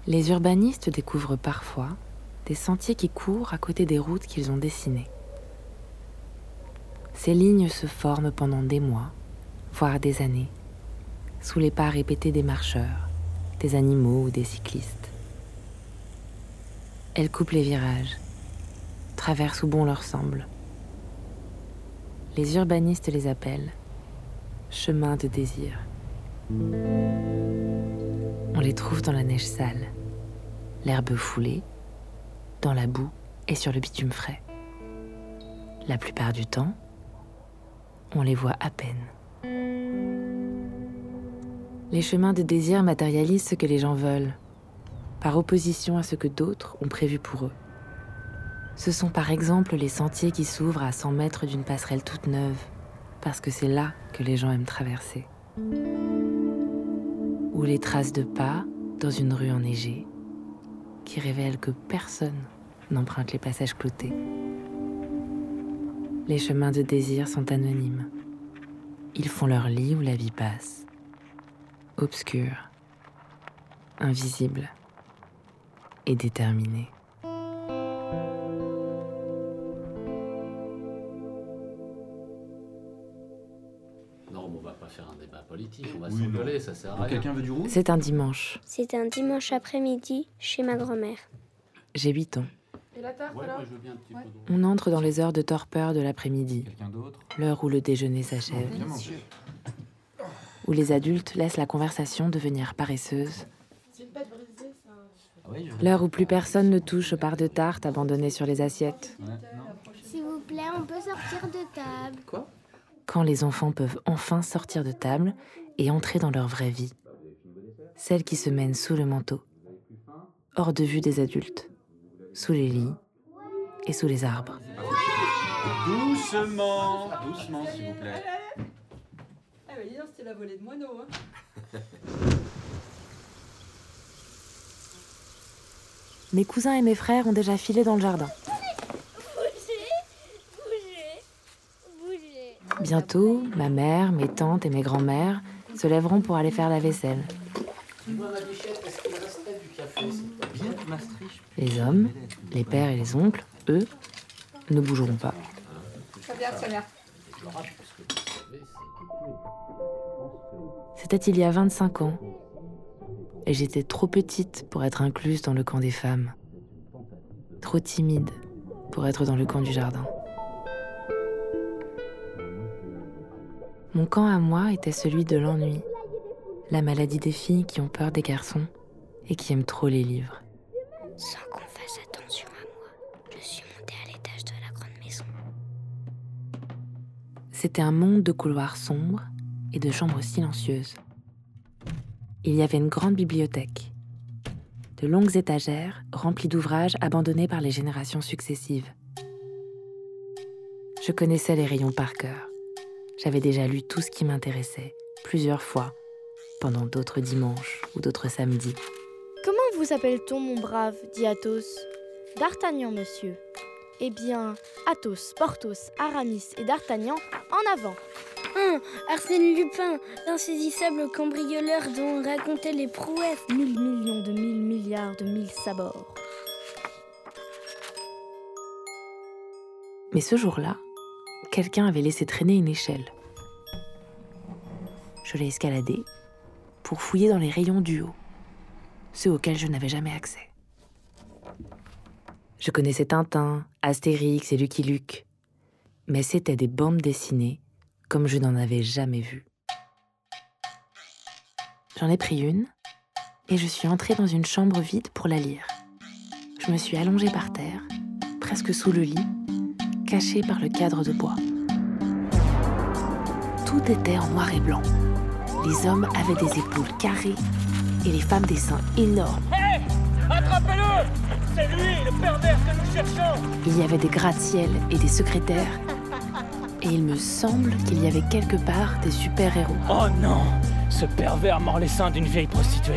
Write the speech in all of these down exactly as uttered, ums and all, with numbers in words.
Les urbanistes découvrent parfois des sentiers qui courent à côté des routes qu'ils ont dessinées. Ces lignes se forment pendant des mois, voire des années, sous les pas répétés des marcheurs, des animaux ou des cyclistes. Elles coupent les virages, traversent où bon leur semble. Les urbanistes les appellent « chemins de désir ». On les trouve dans la neige sale, l'herbe foulée, dans la boue et sur le bitume frais. La plupart du temps, on les voit à peine. Les chemins de désir matérialisent ce que les gens veulent, par opposition à ce que d'autres ont prévu pour eux. Ce sont par exemple les sentiers qui s'ouvrent à cent mètres d'une passerelle toute neuve, parce que c'est là que les gens aiment traverser. Ou les traces de pas dans une rue enneigée, qui révèlent que personne n'emprunte les passages cloutés. Les chemins de désir sont anonymes. Ils font leur lit où la vie passe. Obscure, invisible et déterminée. Non, on va pas faire un débat politique, on va oui, s'engueuler, ça sert à rien. Quelqu'un veut du rouge ? C'est un dimanche. C'est un dimanche après-midi chez ma grand-mère. J'ai huit ans. Et la tarte, ouais, alors je veux bien un petit ouais. peu On entre dans les heures de torpeur de l'après-midi, l'heure où le déjeuner s'achève, où les adultes laissent la conversation devenir paresseuse, l'heure où plus personne ne touche aux parts de tarte abandonnées sur les assiettes. S'il vous plaît, on peut sortir de table. Quoi ? Quand les enfants peuvent enfin sortir de table et entrer dans leur vraie vie, celle qui se mène sous le manteau, hors de vue des adultes, sous les lits et sous les arbres. Doucement, doucement s'il vous plaît. Ah bah dis donc, c'était la volée de moineaux, hein. Mes cousins et mes frères ont déjà filé dans le jardin. Bougez, bougez, bougez. Bientôt, ma mère, mes tantes et mes grands-mères se lèveront pour aller faire la vaisselle. Les hommes, les pères et les oncles, eux, ne bougeront pas. C'était il y a vingt-cinq ans, et j'étais trop petite pour être incluse dans le camp des femmes, trop timide pour être dans le camp du jardin. Mon camp à moi était celui de l'ennui, la maladie des filles qui ont peur des garçons et qui aiment trop les livres. Sans qu'on fasse attention à moi, je suis montée à l'étage de la grande maison. C'était un monde de couloirs sombres et de chambres silencieuses. Il y avait une grande bibliothèque, de longues étagères remplies d'ouvrages abandonnés par les générations successives. Je connaissais les rayons par cœur. J'avais déjà lu tout ce qui m'intéressait, plusieurs fois, pendant d'autres dimanches ou d'autres samedis. Comment vous appelle-t-on, mon brave, dit Athos. D'Artagnan, monsieur. Eh bien, Athos, Porthos, Aramis et D'Artagnan, en avant. Hum, Arsène Lupin, l'insaisissable cambrioleur dont on racontait les prouesses. Mille millions de mille milliards de mille sabords. Mais ce jour-là, quelqu'un avait laissé traîner une échelle. Je l'ai escaladée pour fouiller dans les rayons du haut, ceux auxquels je n'avais jamais accès. Je connaissais Tintin, Astérix et Lucky Luke, mais c'étaient des bandes dessinées comme je n'en avais jamais vu. J'en ai pris une et je suis entrée dans une chambre vide pour la lire. Je me suis allongée par terre, presque sous le lit, cachée par le cadre de bois. Tout était en noir et blanc. Les hommes avaient des épaules carrées et les femmes des seins énormes. Hé ! Attrapez-le ! C'est lui, le pervers que nous cherchons ! Il y avait des gratte-ciels et des secrétaires. Et il me semble qu'il y avait quelque part des super-héros. Oh non ! Ce pervers mord les seins d'une vieille prostituée.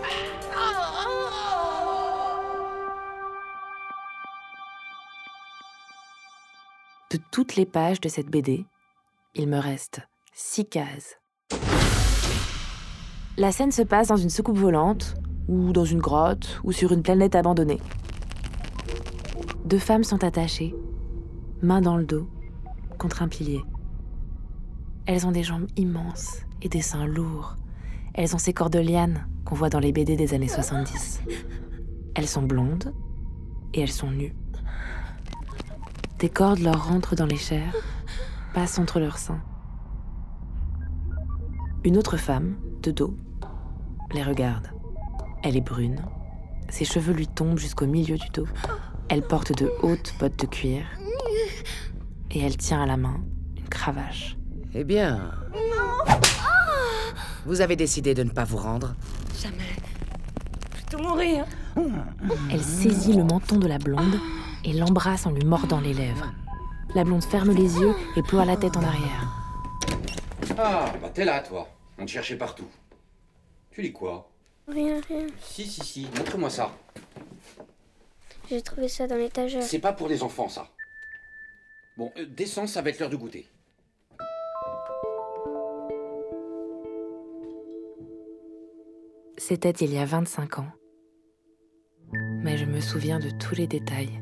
De toutes les pages de cette B D, il me reste six cases. La scène se passe dans une soucoupe volante, ou dans une grotte, ou sur une planète abandonnée. Deux femmes sont attachées, main dans le dos, contre un pilier. Elles ont des jambes immenses et des seins lourds. Elles ont ces corps de lianes qu'on voit dans les B D des années soixante-dix. Elles sont blondes et elles sont nues. Des cordes leur rentrent dans les chairs, passent entre leurs seins. Une autre femme, de dos, les regarde. Elle est brune. Ses cheveux lui tombent jusqu'au milieu du dos. Elle porte de hautes bottes de cuir. Et elle tient à la main une cravache. Eh bien... Vous avez décidé de ne pas vous rendre? Jamais. Plutôt mourir. Elle saisit le menton de la blonde et l'embrasse en lui mordant les lèvres. La blonde ferme les yeux et ploie la tête en arrière. Ah, bah t'es là, toi. On te cherchait partout. Tu lis quoi? Rien, rien. Si, si, si. Montre-moi ça. J'ai trouvé ça dans l'étagère. C'est pas pour les enfants, ça. Bon, euh, descends, ça va être l'heure de goûter. C'était il y a vingt-cinq ans. Mais je me souviens de tous les détails.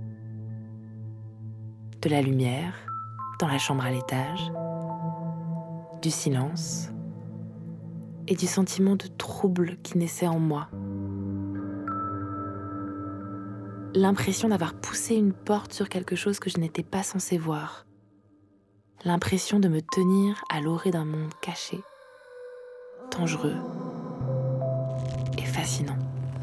De la lumière, dans la chambre à l'étage, du silence et du sentiment de trouble qui naissait en moi. L'impression d'avoir poussé une porte sur quelque chose que je n'étais pas censée voir. L'impression de me tenir à l'orée d'un monde caché, dangereux et fascinant.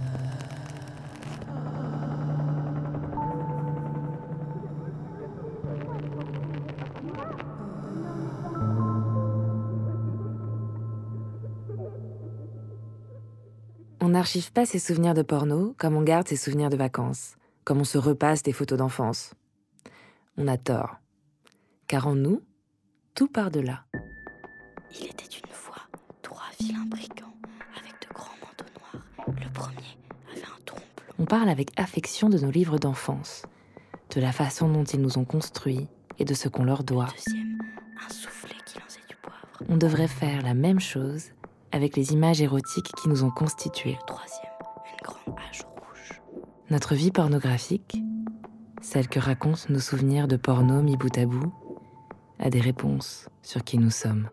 On n'archive pas ses souvenirs de porno comme on garde ses souvenirs de vacances, comme on se repasse des photos d'enfance. On a tort. Car en nous, tout part de là. Il était une fois trois vilains brigands avec de grands manteaux noirs. Le premier avait un trompe-l'œil. On parle avec affection de nos livres d'enfance, de la façon dont ils nous ont construits et de ce qu'on leur doit. Le deuxième, un soufflet qui lançait du poivre. On devrait faire la même chose avec les images érotiques qui nous ont constitués. Le troisième, une grande hache rouge. Notre vie pornographique, celle que racontent nos souvenirs de porno mis bout à bout, a des réponses sur qui nous sommes.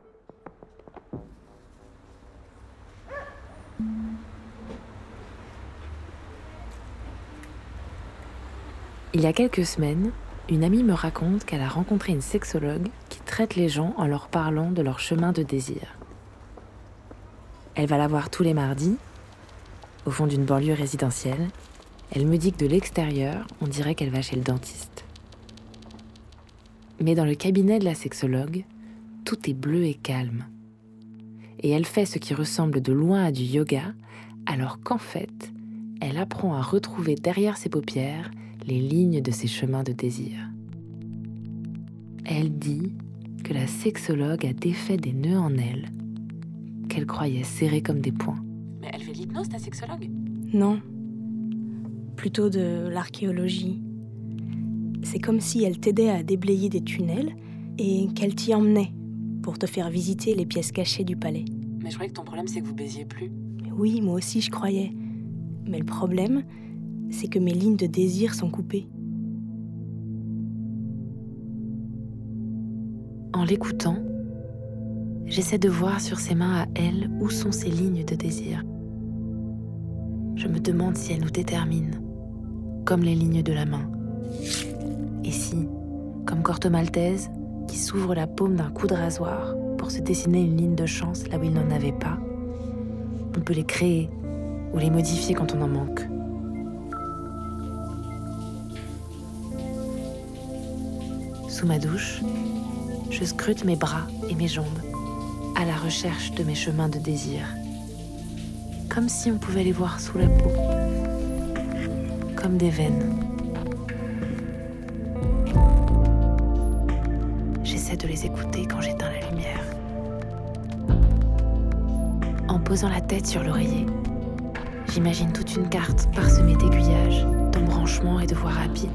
Il y a quelques semaines, une amie me raconte qu'elle a rencontré une sexologue qui traite les gens en leur parlant de leur chemin de désir. Elle va la voir tous les mardis, au fond d'une banlieue résidentielle. Elle me dit que de l'extérieur, on dirait qu'elle va chez le dentiste. Mais dans le cabinet de la sexologue, tout est bleu et calme. Et elle fait ce qui ressemble de loin à du yoga, alors qu'en fait, elle apprend à retrouver derrière ses paupières les lignes de ses chemins de désir. Elle dit que la sexologue a défait des nœuds en elle, qu'elle croyait serrés comme des poings. Mais elle fait de l'hypnose, ta sexologue ? Non, plutôt de l'archéologie. C'est comme si elle t'aidait à déblayer des tunnels et qu'elle t'y emmenait pour te faire visiter les pièces cachées du palais. Mais je croyais que ton problème, c'est que vous baisiez plus. Mais oui, moi aussi, je croyais. Mais le problème, c'est que mes lignes de désir sont coupées. En l'écoutant, j'essaie de voir sur ses mains à elle où sont ces lignes de désir. Je me demande si elles nous déterminent, comme les lignes de la main. Et si, comme Corto Maltese, qui s'ouvre la paume d'un coup de rasoir pour se dessiner une ligne de chance là où il n'en avait pas, on peut les créer ou les modifier quand on en manque. Sous ma douche, je scrute mes bras et mes jambes à la recherche de mes chemins de désir, comme si on pouvait les voir sous la peau, comme des veines. J'essaie de les écouter quand j'éteins la lumière. En posant la tête sur l'oreiller, j'imagine toute une carte parsemée d'aiguillages, d'embranchements et de voies rapides.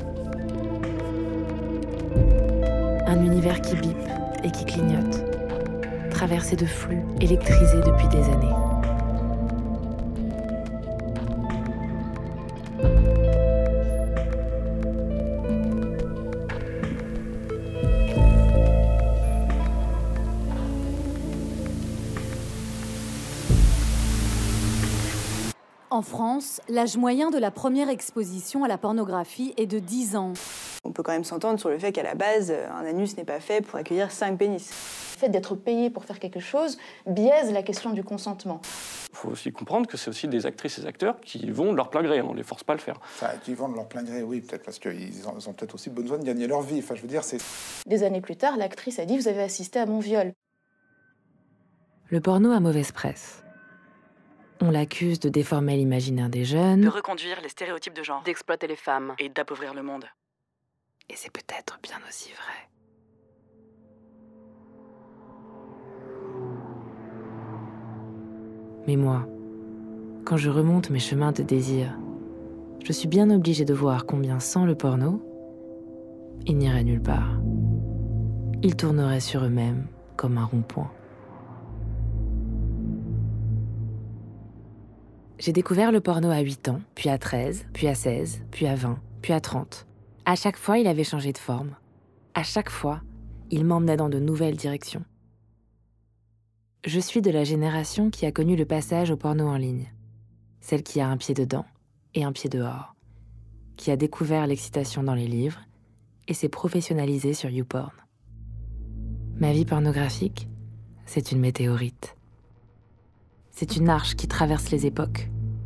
Un univers qui bipe et qui clignote, traversé de flux électrisés depuis des années. En France, l'âge moyen de la première exposition à la pornographie est de dix ans. On peut quand même s'entendre sur le fait qu'à la base, un anus n'est pas fait pour accueillir cinq pénis. Le fait d'être payé pour faire quelque chose biaise la question du consentement. Il faut aussi comprendre que c'est aussi des actrices et acteurs qui vont de leur plein gré, on ne les force pas à le faire. Enfin, qui vont de leur plein gré, oui, peut-être parce qu'ils ont, ont peut-être aussi besoin de gagner leur vie. Enfin, je veux dire, c'est... Des années plus tard, l'actrice a dit « Vous avez assisté à mon viol ». Le porno a mauvaise presse. On l'accuse de déformer l'imaginaire des jeunes, de reconduire les stéréotypes de genre, d'exploiter les femmes et d'appauvrir le monde. Et c'est peut-être bien aussi vrai. Mais moi, quand je remonte mes chemins de désir, je suis bien obligée de voir combien sans le porno, ils n'iraient nulle part. Ils tourneraient sur eux-mêmes comme un rond-point. J'ai découvert le porno à huit ans, puis à treize, puis à seize, puis à vingt, puis à trente. À chaque fois, il avait changé de forme. À chaque fois, il m'emmenait dans de nouvelles directions. Je suis de la génération qui a connu le passage au porno en ligne. Celle qui a un pied dedans et un pied dehors. Qui a découvert l'excitation dans les livres et s'est professionnalisée sur YouPorn. Ma vie pornographique, c'est une météorite. C'est une arche qui traverse les époques.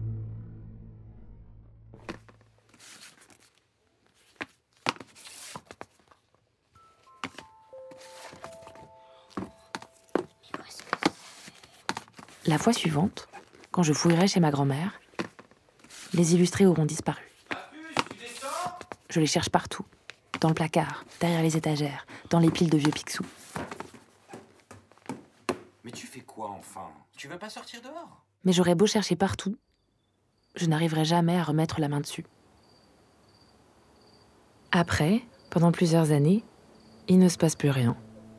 La fois suivante, quand je fouillerai chez ma grand-mère, les illustrés auront disparu. Je les cherche partout, dans le placard, derrière les étagères, dans les piles de vieux Picsou. Mais tu fais quoi enfin? Tu veux pas sortir dehors? Mais j'aurais beau chercher partout, je n'arriverai jamais à remettre la main dessus. Après, pendant plusieurs années, il ne se passe plus rien.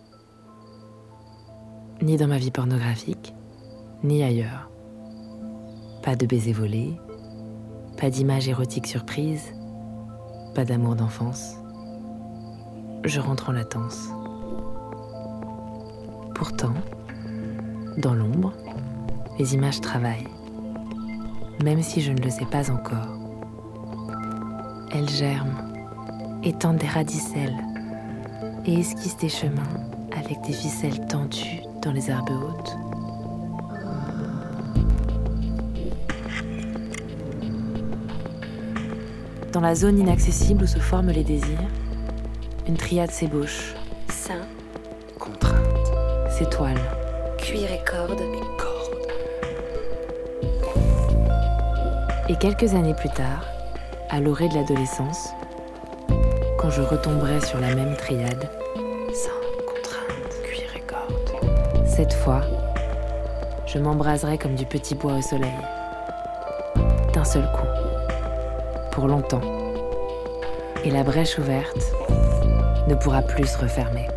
Ni dans ma vie pornographique, ni ailleurs. Pas de baisers volés, pas d'images érotiques surprises, pas d'amour d'enfance. Je rentre en latence. Pourtant, dans l'ombre, les images travaillent, même si je ne le sais pas encore. Elles germent, étendent des radicelles et esquissent des chemins avec des ficelles tendues dans les herbes hautes. Dans la zone inaccessible où se forment les désirs, une triade s'ébauche. Sein, contrainte, s'étoile. Cuir et corde. Et corde. Et quelques années plus tard, à l'orée de l'adolescence, quand je retomberai sur la même triade, sein, contrainte, cuir et corde, cette fois, je m'embraserai comme du petit bois au soleil. D'un seul coup. Pour longtemps. Et la brèche ouverte ne pourra plus se refermer.